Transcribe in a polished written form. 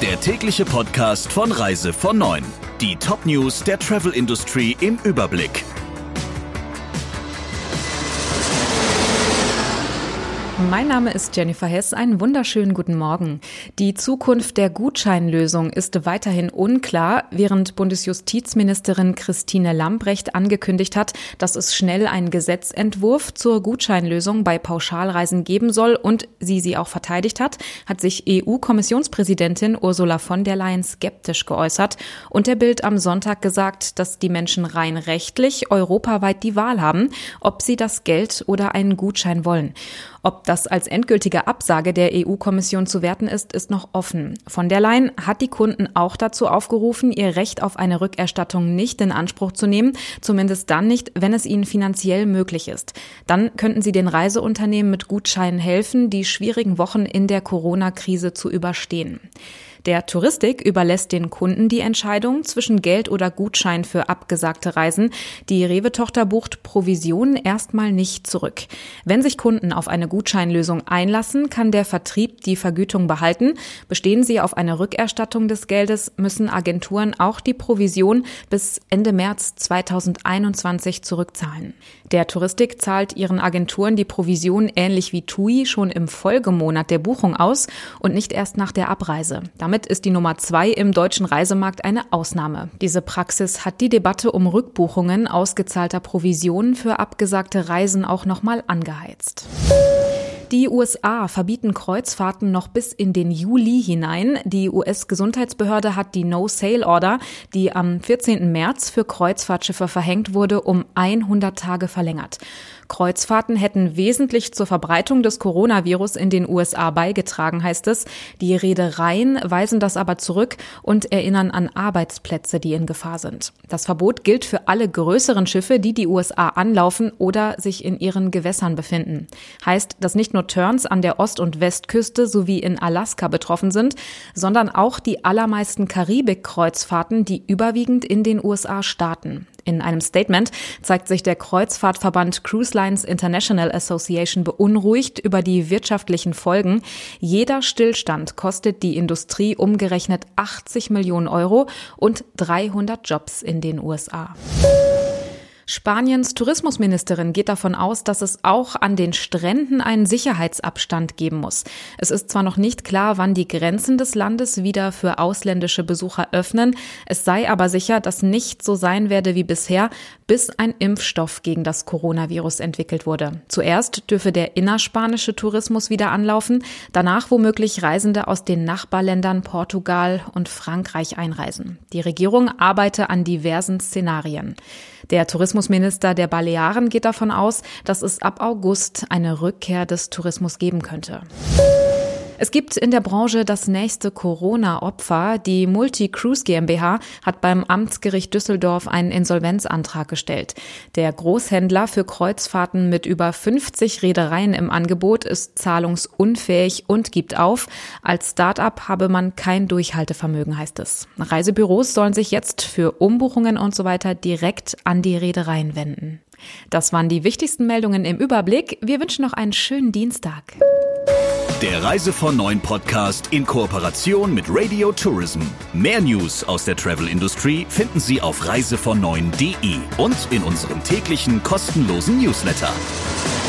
Der tägliche Podcast von Reise von 9. Die Top-News der Travel-Industrie im Überblick. Mein Name ist Jennifer Hess. Einen wunderschönen guten Morgen. Die Zukunft der Gutscheinlösung ist weiterhin unklar, während Bundesjustizministerin Christine Lambrecht angekündigt hat, dass es schnell einen Gesetzentwurf zur Gutscheinlösung bei Pauschalreisen geben soll und sie auch verteidigt hat sich EU-Kommissionspräsidentin Ursula von der Leyen skeptisch geäußert und der Bild am Sonntag gesagt, dass die Menschen rein rechtlich europaweit die Wahl haben, ob sie das Geld oder einen Gutschein wollen. Ob das als endgültige Absage der EU-Kommission zu werten ist, ist noch offen. Von der Leyen hat die Kunden auch dazu aufgerufen, ihr Recht auf eine Rückerstattung nicht in Anspruch zu nehmen, zumindest dann nicht, wenn es ihnen finanziell möglich ist. Dann könnten sie den Reiseunternehmen mit Gutscheinen helfen, die schwierigen Wochen in der Corona-Krise zu überstehen. Der Touristik überlässt den Kunden die Entscheidung zwischen Geld oder Gutschein für abgesagte Reisen. Die Rewe-Tochter bucht Provisionen erstmal nicht zurück. Wenn sich Kunden auf eine Gutscheinlösung einlassen, kann der Vertrieb die Vergütung behalten. Bestehen sie auf eine Rückerstattung des Geldes, müssen Agenturen auch die Provision bis Ende März 2021 zurückzahlen. Der Touristik zahlt ihren Agenturen die Provision ähnlich wie TUI schon im Folgemonat der Buchung aus und nicht erst nach der Abreise. Damit ist die Nummer 2 im deutschen Reisemarkt eine Ausnahme. Diese Praxis hat die Debatte um Rückbuchungen ausgezahlter Provisionen für abgesagte Reisen auch nochmal angeheizt. Die USA verbieten Kreuzfahrten noch bis in den Juli hinein. Die US-Gesundheitsbehörde hat die No-Sail-Order, die am 14. März für Kreuzfahrtschiffe verhängt wurde, um 100 Tage verlängert. Kreuzfahrten hätten wesentlich zur Verbreitung des Coronavirus in den USA beigetragen, heißt es. Die Reedereien weisen das aber zurück und erinnern an Arbeitsplätze, die in Gefahr sind. Das Verbot gilt für alle größeren Schiffe, die die USA anlaufen oder sich in ihren Gewässern befinden. Heißt, dass nicht nur Turns an der Ost- und Westküste sowie in Alaska betroffen sind, sondern auch die allermeisten Karibik-Kreuzfahrten, die überwiegend in den USA starten. In einem Statement zeigt sich der Kreuzfahrtverband Cruise Lines International Association beunruhigt über die wirtschaftlichen Folgen. Jeder Stillstand kostet die Industrie umgerechnet 80 Millionen Euro und 300 Jobs in den USA. Spaniens Tourismusministerin geht davon aus, dass es auch an den Stränden einen Sicherheitsabstand geben muss. Es ist zwar noch nicht klar, wann die Grenzen des Landes wieder für ausländische Besucher öffnen, es sei aber sicher, dass nicht so sein werde wie bisher, bis ein Impfstoff gegen das Coronavirus entwickelt wurde. Zuerst dürfe der innerspanische Tourismus wieder anlaufen, danach womöglich Reisende aus den Nachbarländern Portugal und Frankreich einreisen. Die Regierung arbeite an diversen Szenarien. Der Tourismusminister der Balearen geht davon aus, dass es ab August eine Rückkehr des Tourismus geben könnte. Es gibt in der Branche das nächste Corona-Opfer. Die Multi-Cruise GmbH hat beim Amtsgericht Düsseldorf einen Insolvenzantrag gestellt. Der Großhändler für Kreuzfahrten mit über 50 Reedereien im Angebot ist zahlungsunfähig und gibt auf. Als Start-up habe man kein Durchhaltevermögen, heißt es. Reisebüros sollen sich jetzt für Umbuchungen und so weiter direkt an die Reedereien wenden. Das waren die wichtigsten Meldungen im Überblick. Wir wünschen noch einen schönen Dienstag. Der Reise von 9 Podcast in Kooperation mit Radio Tourism. Mehr News aus der Travel-Industrie finden Sie auf reisevon9.de und in unserem täglichen kostenlosen Newsletter.